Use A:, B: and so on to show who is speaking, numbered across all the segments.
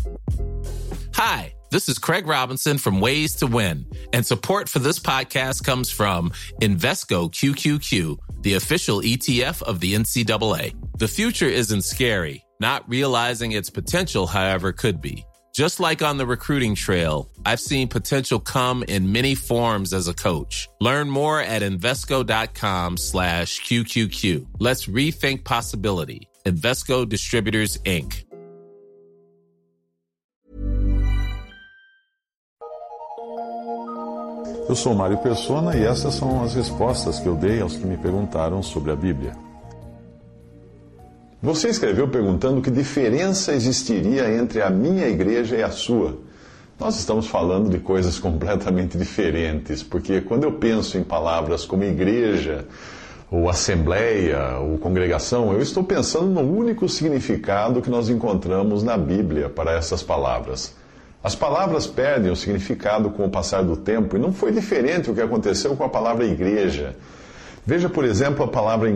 A: Hi, this is Craig Robinson from Ways to Win, and support for this podcast comes from Invesco QQQ, the official ETF of the NCAA. The future isn't scary. Not realizing its potential, however, could be. Just like on the recruiting trail, I've seen potential come in many forms as a coach. Learn more at Invesco.com/QQQ. Let's rethink possibility. Invesco Distributors, Inc.
B: Eu sou Mário Persona e essas são as respostas que eu dei aos que me perguntaram sobre a Bíblia. Você escreveu perguntando que diferença existiria entre a minha igreja e a sua. Nós estamos falando de coisas completamente diferentes, porque quando eu penso em palavras como igreja, ou assembleia, ou congregação, eu estou pensando no único significado que nós encontramos na Bíblia para essas palavras. As palavras perdem o significado com o passar do tempo, e não foi diferente o que aconteceu com a palavra igreja. Veja, por exemplo, a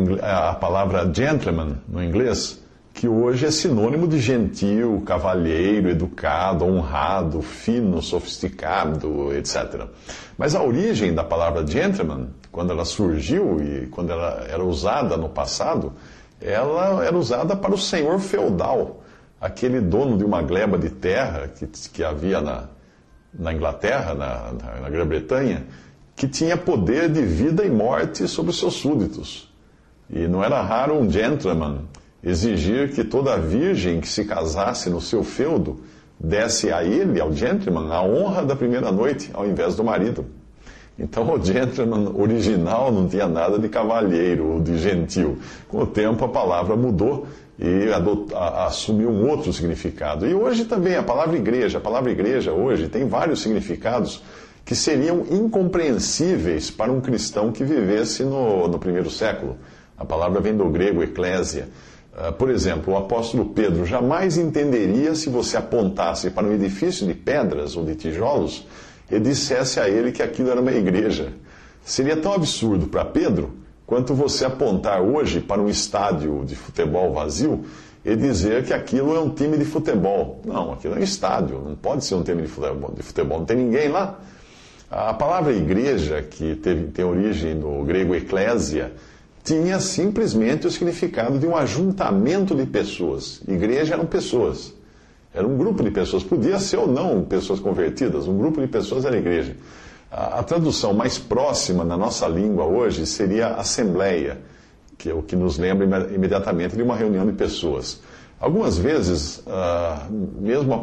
B: palavra gentleman, no inglês, que hoje é sinônimo de gentil, cavalheiro, educado, honrado, fino, sofisticado, etc. Mas a origem da palavra gentleman, quando ela surgiu e quando ela era usada no passado, ela era usada para o senhor feudal, aquele dono de uma gleba de terra que havia na Inglaterra, na Grã-Bretanha, que tinha poder de vida e morte sobre os seus súditos. E não era raro um gentleman exigir que toda virgem que se casasse no seu feudo desse a ele, ao gentleman, a honra da primeira noite, ao invés do marido. Então o gentleman original não tinha nada de cavalheiro ou de gentil. Com o tempo a palavra mudou e assumiu um outro significado. E hoje também a palavra igreja hoje tem vários significados que seriam incompreensíveis para um cristão que vivesse no primeiro século. A palavra vem do grego eclésia. Por exemplo, o apóstolo Pedro jamais entenderia se você apontasse para um edifício de pedras ou de tijolos e dissesse a ele que aquilo era uma igreja. Seria tão absurdo para Pedro quanto você apontar hoje para um estádio de futebol vazio e dizer que aquilo é um time de futebol. Não, aquilo é um estádio, não pode ser um time de futebol, não tem ninguém lá. A palavra igreja, que tem origem no grego eclésia, tinha simplesmente o significado de um ajuntamento de pessoas. Igreja eram pessoas. Era um grupo de pessoas. Podia ser ou não pessoas convertidas. Um grupo de pessoas era igreja. A tradução mais próxima na nossa língua hoje seria assembleia, que é o que nos lembra imediatamente de uma reunião de pessoas. Algumas vezes, a mesma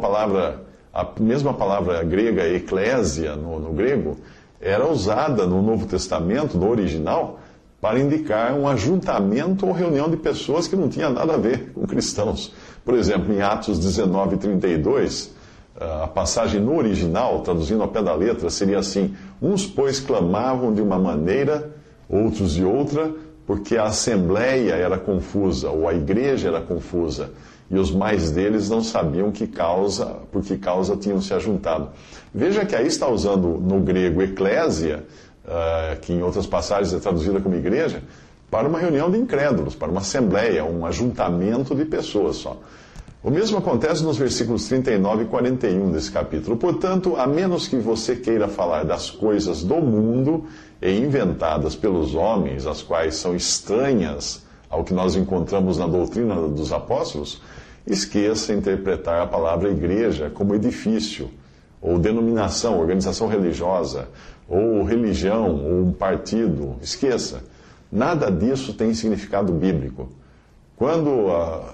B: palavra grega eclésia, no grego, era usada no Novo Testamento, no original, para indicar um ajuntamento ou reunião de pessoas que não tinha nada a ver com cristãos. Por exemplo, em Atos 19:32, a passagem no original, traduzindo ao pé da letra, seria assim: uns, pois, clamavam de uma maneira, outros de outra, porque a assembleia era confusa, ou a igreja era confusa, e os mais deles não sabiam por que causa tinham se ajuntado. Veja que aí está usando no grego eclésia, que em outras passagens é traduzida como igreja, para uma reunião de incrédulos, para uma assembleia, um ajuntamento de pessoas só. O mesmo acontece nos versículos 39 e 41 desse capítulo. Portanto, a menos que você queira falar das coisas do mundo e inventadas pelos homens, as quais são estranhas ao que nós encontramos na doutrina dos apóstolos, esqueça interpretar a palavra igreja como edifício, ou denominação, organização religiosa, ou religião, ou um partido. Esqueça. Nada disso tem significado bíblico. Quando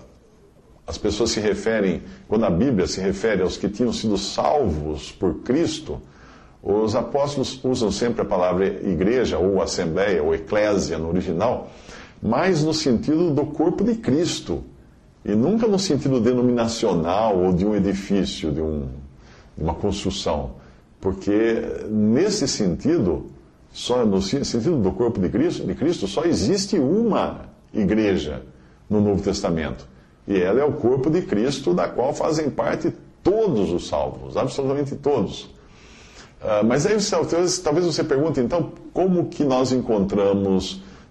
B: quando a Bíblia se refere aos que tinham sido salvos por Cristo, os apóstolos usam sempre a palavra igreja, ou assembleia, ou eclésia no original, mas no sentido do corpo de Cristo, e nunca no sentido denominacional ou de um edifício, de uma construção. Porque nesse sentido, no sentido do corpo de Cristo, só existe uma igreja no Novo Testamento. E ela é o corpo de Cristo, da qual fazem parte todos os salvos, absolutamente todos. Mas aí talvez você pergunte, então, como que nós encontramos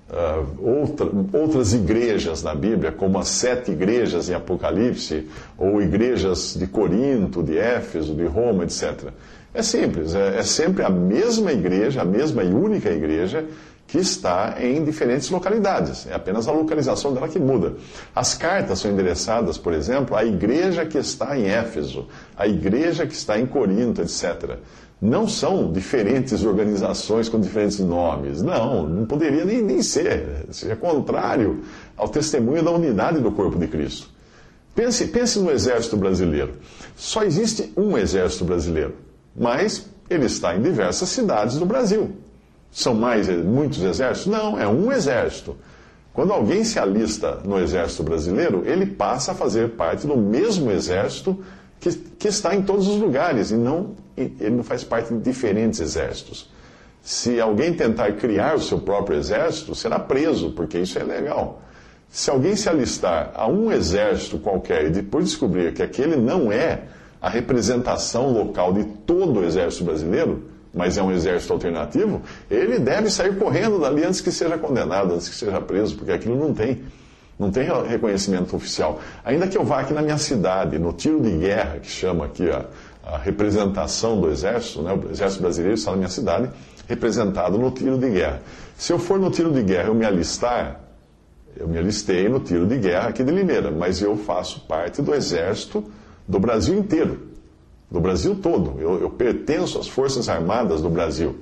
B: outras igrejas na Bíblia, como as 7 igrejas em Apocalipse, ou igrejas de Corinto, de Éfeso, de Roma, etc. É simples, é sempre a mesma igreja, a mesma e única igreja, que está em diferentes localidades. É apenas a localização dela que muda. As cartas são endereçadas, por exemplo, à igreja que está em Éfeso, à igreja que está em Corinto, etc. Não são diferentes organizações com diferentes nomes. Não poderia nem ser. Seria contrário ao testemunho da unidade do corpo de Cristo. Pense no exército brasileiro. Só existe um exército brasileiro, mas ele está em diversas cidades do Brasil. São muitos exércitos? Não, é um exército. Quando alguém se alista no exército brasileiro, ele passa a fazer parte do mesmo exército que está em todos os lugares, ele não faz parte de diferentes exércitos. Se alguém tentar criar o seu próprio exército, será preso, porque isso é ilegal. Se alguém se alistar a um exército qualquer e depois descobrir que aquele não é a representação local de todo o exército brasileiro, mas é um exército alternativo, ele deve sair correndo dali antes que seja condenado, antes que seja preso, porque aquilo não tem reconhecimento oficial. Ainda que eu vá aqui na minha cidade, no tiro de guerra, que chama aqui a representação do exército, né? O exército brasileiro está na minha cidade, representado no tiro de guerra. Se eu for no tiro de guerra eu me alistei no tiro de guerra aqui de Limeira, mas eu faço parte do exército do Brasil inteiro. Do Brasil todo. Eu pertenço às Forças Armadas do Brasil.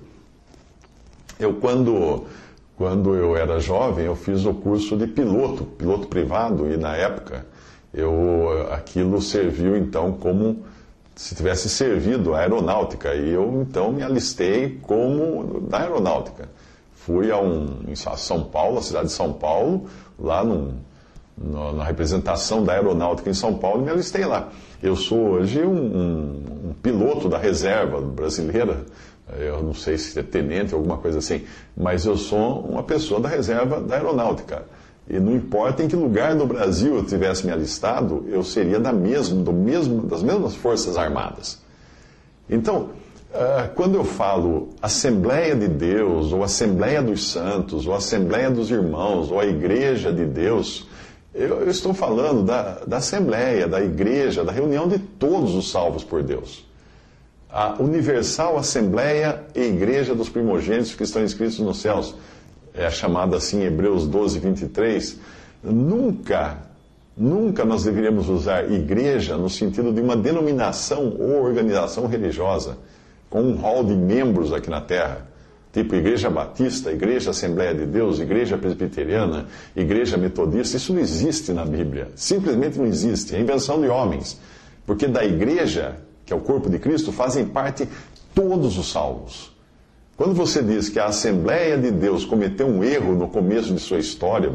B: Quando eu era jovem, eu fiz o curso de piloto privado, e na época aquilo serviu então como se tivesse servido a aeronáutica, e eu então me alistei como da aeronáutica. Fui em São Paulo, a cidade de São Paulo, lá na representação da aeronáutica em São Paulo, e me alistei lá. Eu sou hoje um piloto da reserva brasileira, eu não sei se é tenente ou alguma coisa assim, mas eu sou uma pessoa da reserva da aeronáutica. E não importa em que lugar do Brasil eu tivesse me alistado, eu seria das mesmas Forças Armadas. Então, quando eu falo Assembleia de Deus, ou Assembleia dos Santos, ou Assembleia dos Irmãos, ou a Igreja de Deus, eu estou falando da Assembleia, da Igreja, da reunião de todos os salvos por Deus. A universal Assembleia e Igreja dos primogênitos que estão inscritos nos céus, é chamada assim em Hebreus 12, 23. Nunca nós deveríamos usar igreja no sentido de uma denominação ou organização religiosa, com um hall de membros aqui na Terra, tipo Igreja Batista, Igreja Assembleia de Deus, Igreja Presbiteriana, Igreja Metodista. Isso não existe na Bíblia, simplesmente não existe, é invenção de homens, porque da igreja, que é o corpo de Cristo, fazem parte todos os salvos. Quando você diz que a Assembleia de Deus cometeu um erro no começo de sua história,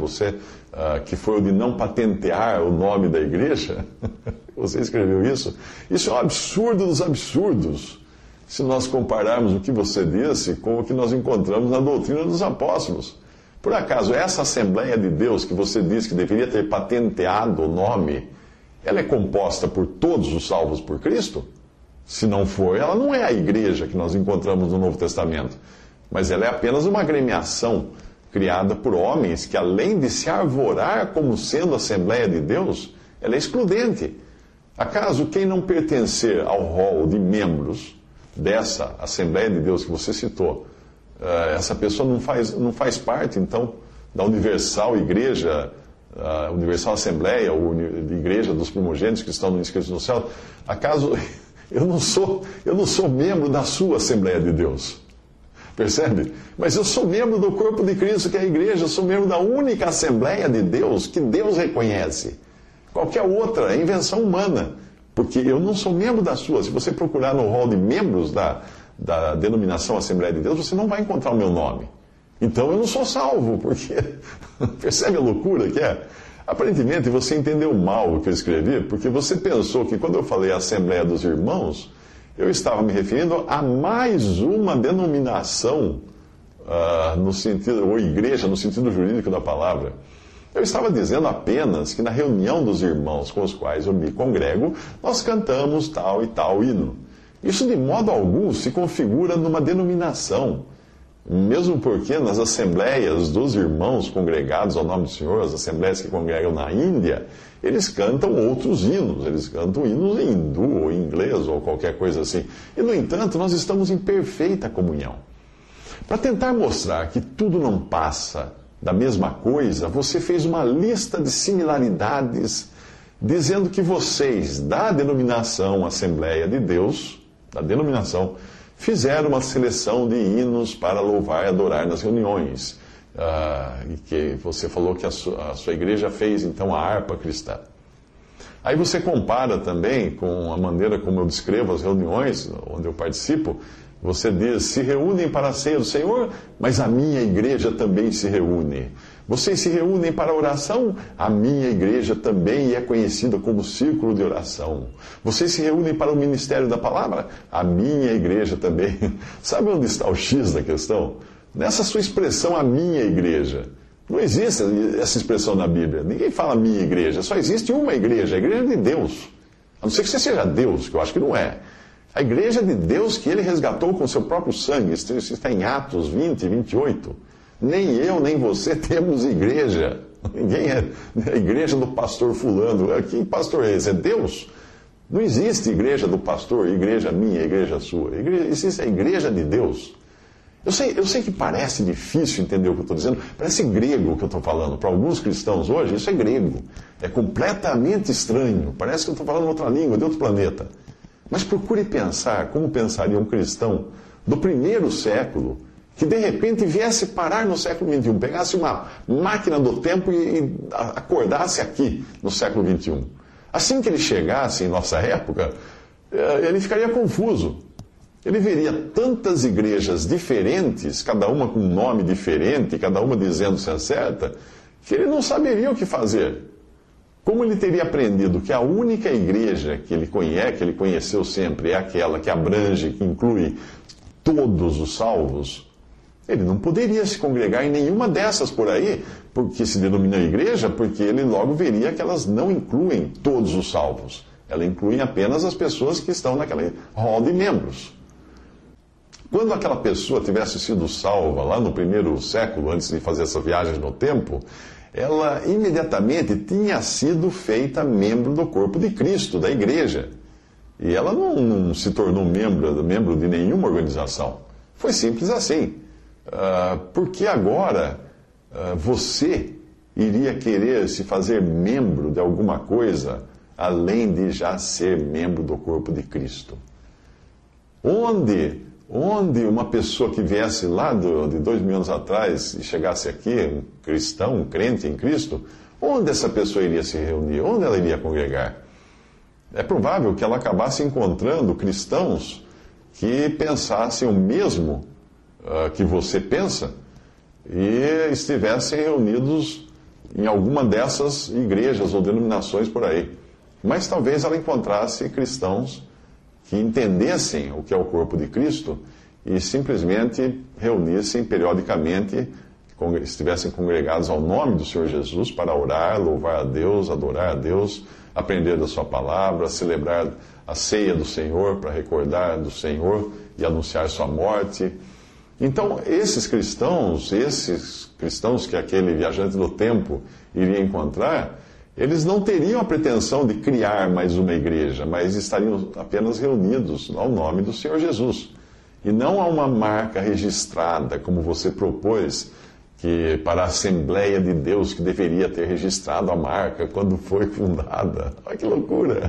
B: que foi o de não patentear o nome da igreja, você escreveu isso? Isso é um absurdo dos absurdos, se nós compararmos o que você disse com o que nós encontramos na doutrina dos apóstolos. Por acaso, essa Assembleia de Deus que você disse que deveria ter patenteado o nome, ela é composta por todos os salvos por Cristo? Se não for, ela não é a igreja que nós encontramos no Novo Testamento, mas ela é apenas uma agremiação criada por homens que, além de se arvorar como sendo a Assembleia de Deus, ela é excludente. Acaso quem não pertencer ao rol de membros dessa Assembleia de Deus que você citou, essa pessoa não faz parte, então, da universal igreja, a universal Assembleia, ou igreja dos primogênitos que estão inscritos no céu? Acaso eu não sou membro da sua Assembleia de Deus? Percebe? Mas eu sou membro do corpo de Cristo, que é a igreja. Eu sou membro da única Assembleia de Deus que Deus reconhece. Qualquer outra é invenção humana, porque eu não sou membro da sua. Se você procurar no hall de membros da denominação Assembleia de Deus, você não vai encontrar o meu nome. Então eu não sou salvo, porque... Percebe a loucura que é? Aparentemente você entendeu mal o que eu escrevi, porque você pensou que quando eu falei Assembleia dos Irmãos, eu estava me referindo a mais uma denominação, ou igreja, no sentido jurídico da palavra. Eu estava dizendo apenas que na reunião dos irmãos com os quais eu me congrego, nós cantamos tal e tal hino. Isso de modo algum se configura numa denominação. Mesmo porque nas assembleias dos irmãos congregados ao nome do Senhor, as assembleias que congregam na Índia, eles cantam outros hinos, eles cantam hinos em hindu ou em inglês ou qualquer coisa assim. E, no entanto, nós estamos em perfeita comunhão. Para tentar mostrar que tudo não passa da mesma coisa, você fez uma lista de similaridades, dizendo que vocês, da denominação Assembleia de Deus, da denominação, fizeram uma seleção de hinos para louvar e adorar nas reuniões. E que você falou que a sua igreja fez, então, a harpa cristã. Aí você compara também com a maneira como eu descrevo as reuniões onde eu participo. Você diz, se reúnem para a ceia do Senhor, mas a minha igreja também se reúne. Vocês se reúnem para a oração, a minha igreja também é conhecida como círculo de oração. Vocês se reúnem para o ministério da palavra, a minha igreja também. Sabe onde está o X da questão? Nessa sua expressão, a minha igreja. Não existe essa expressão na Bíblia. Ninguém fala minha igreja, só existe uma igreja, a igreja de Deus. A não ser que você seja Deus, que eu acho que não é. A igreja de Deus que ele resgatou com seu próprio sangue. Isso está em Atos 20, 28. Nem eu, nem você temos igreja. Ninguém é a igreja do pastor fulano. Que pastor é esse? É Deus? Não existe igreja do pastor, igreja minha, igreja sua. Existe a igreja de Deus. Eu sei que parece difícil entender o que eu estou dizendo. Parece grego o que eu estou falando. Para alguns cristãos hoje, isso é grego. É completamente estranho. Parece que eu estou falando outra língua, de outro planeta. Mas procure pensar como pensaria um cristão do primeiro século que de repente viesse parar no século XXI, pegasse uma máquina do tempo e acordasse aqui no século XXI. Assim que ele chegasse em nossa época, ele ficaria confuso. Ele veria tantas igrejas diferentes, cada uma com um nome diferente, cada uma dizendo se acerta, que ele não saberia o que fazer. Como ele teria aprendido que a única igreja que ele conheceu sempre, é aquela que abrange, que inclui todos os salvos, ele não poderia se congregar em nenhuma dessas por aí, porque se denomina igreja, porque ele logo veria que elas não incluem todos os salvos. Elas incluem apenas as pessoas que estão naquele hall de membros. Quando aquela pessoa tivesse sido salva lá no primeiro século, antes de fazer essa viagem no tempo, ela imediatamente tinha sido feita membro do corpo de Cristo, da igreja. E ela não se tornou membro de nenhuma organização. Foi simples assim. Porque agora você iria querer se fazer membro de alguma coisa, além de já ser membro do corpo de Cristo. Onde uma pessoa que viesse lá de 2000 anos atrás e chegasse aqui, um cristão, um crente em Cristo, onde essa pessoa iria se reunir? Onde ela iria congregar? É provável que ela acabasse encontrando cristãos que pensassem o mesmo que você pensa e estivessem reunidos em alguma dessas igrejas ou denominações por aí. Mas talvez ela encontrasse cristãos que entendessem o que é o corpo de Cristo e simplesmente reunissem periodicamente, estivessem congregados ao nome do Senhor Jesus para orar, louvar a Deus, adorar a Deus, aprender da sua palavra, celebrar a ceia do Senhor para recordar do Senhor e anunciar sua morte. Então, esses cristãos que aquele viajante do tempo iria encontrar, eles não teriam a pretensão de criar mais uma igreja, mas estariam apenas reunidos ao nome do Senhor Jesus. E não a uma marca registrada, como você propôs, que para a Assembleia de Deus, que deveria ter registrado a marca quando foi fundada. Olha que loucura!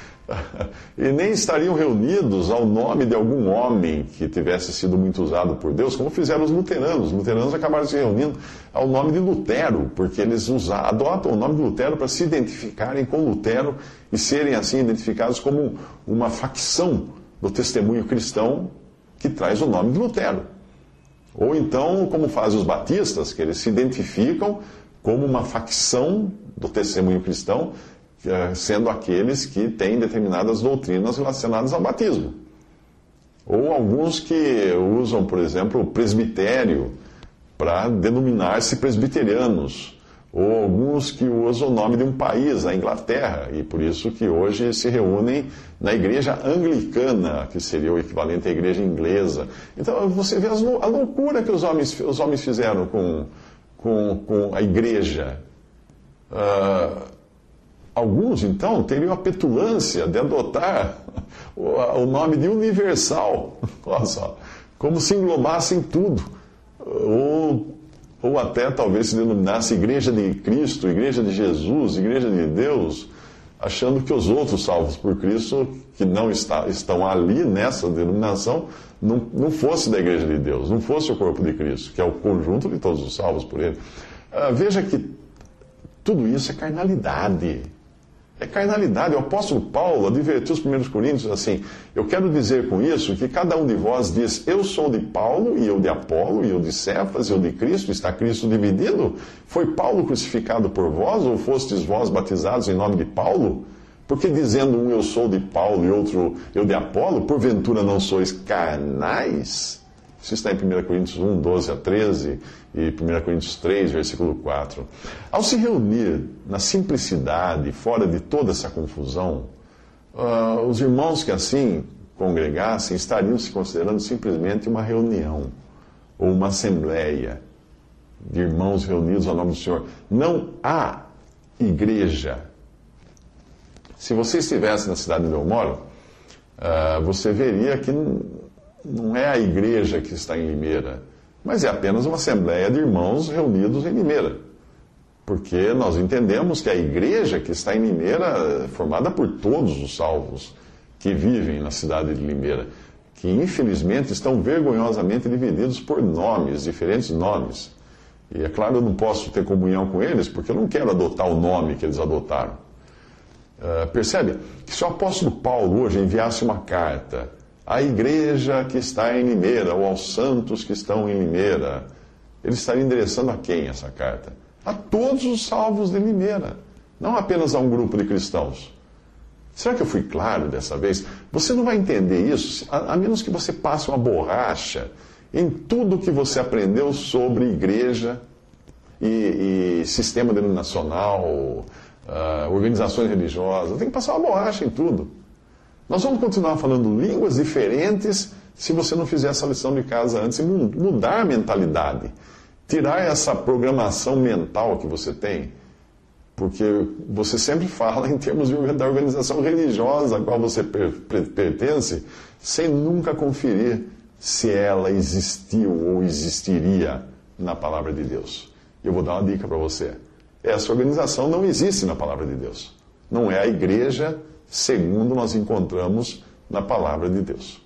B: E nem estariam reunidos ao nome de algum homem que tivesse sido muito usado por Deus, como fizeram os luteranos. Os luteranos acabaram se reunindo ao nome de Lutero, porque eles adotam o nome de Lutero para se identificarem com Lutero e serem assim identificados como uma facção do testemunho cristão que traz o nome de Lutero. Ou então, como fazem os batistas, que eles se identificam como uma facção do testemunho cristão, sendo aqueles que têm determinadas doutrinas relacionadas ao batismo. Ou alguns que usam, por exemplo, o presbitério para denominar-se presbiterianos. ou alguns que usam o nome de um país, a Inglaterra, e por isso que hoje se reúnem na igreja anglicana, que seria o equivalente à igreja inglesa. Então você vê a loucura que os homens fizeram com a igreja. Alguns, então, teriam a petulância de adotar o nome de universal, olha só, como se englobassem tudo, ou até talvez se denominasse Igreja de Cristo, Igreja de Jesus, Igreja de Deus, achando que os outros salvos por Cristo, que não estão ali nessa denominação, não fosse da Igreja de Deus, não fosse o corpo de Cristo, que é o conjunto de todos os salvos por Ele. Veja que tudo isso é carnalidade. É carnalidade. O apóstolo Paulo advertiu os primeiros coríntios assim: eu quero dizer com isso que cada um de vós diz, eu sou de Paulo, e eu de Apolo, e eu de Cefas, e eu de Cristo. Está Cristo dividido? Foi Paulo crucificado por vós, ou fostes vós batizados em nome de Paulo? Porque dizendo um eu sou de Paulo e outro eu de Apolo, porventura não sois carnais? Isso está em 1 Coríntios 1, 12 a 13 e 1 Coríntios 3, versículo 4. Ao se reunir na simplicidade, fora de toda essa confusão, os irmãos que assim congregassem estariam se considerando simplesmente uma reunião ou uma assembleia de irmãos reunidos ao nome do Senhor. Não há igreja. Se você estivesse na cidade onde eu moro, você veria que não é a igreja que está em Limeira, mas é apenas uma assembleia de irmãos reunidos em Limeira. Porque nós entendemos que a igreja que está em Limeira é formada por todos os salvos que vivem na cidade de Limeira, que infelizmente estão vergonhosamente divididos por nomes, diferentes nomes. E é claro, eu não posso ter comunhão com eles, porque eu não quero adotar o nome que eles adotaram. Percebe? Que se o apóstolo Paulo hoje enviasse uma carta à igreja que está em Limeira, ou aos santos que estão em Limeira, ele estaria endereçando a quem essa carta? A todos os salvos de Limeira, não apenas a um grupo de cristãos. Será que eu fui claro dessa vez? Você não vai entender isso a menos que você passe uma borracha em tudo que você aprendeu sobre igreja e sistema denominacional, organizações religiosas. Tem que passar uma borracha em tudo. Nós vamos continuar falando línguas diferentes se você não fizer essa lição de casa antes e mudar a mentalidade. Tirar essa programação mental que você tem, porque você sempre fala em termos da organização religiosa a qual você pertence, sem nunca conferir se ela existiu ou existiria na palavra de Deus. E eu vou dar uma dica para você. Essa organização não existe na palavra de Deus. Não é a igreja segundo nós encontramos na palavra de Deus.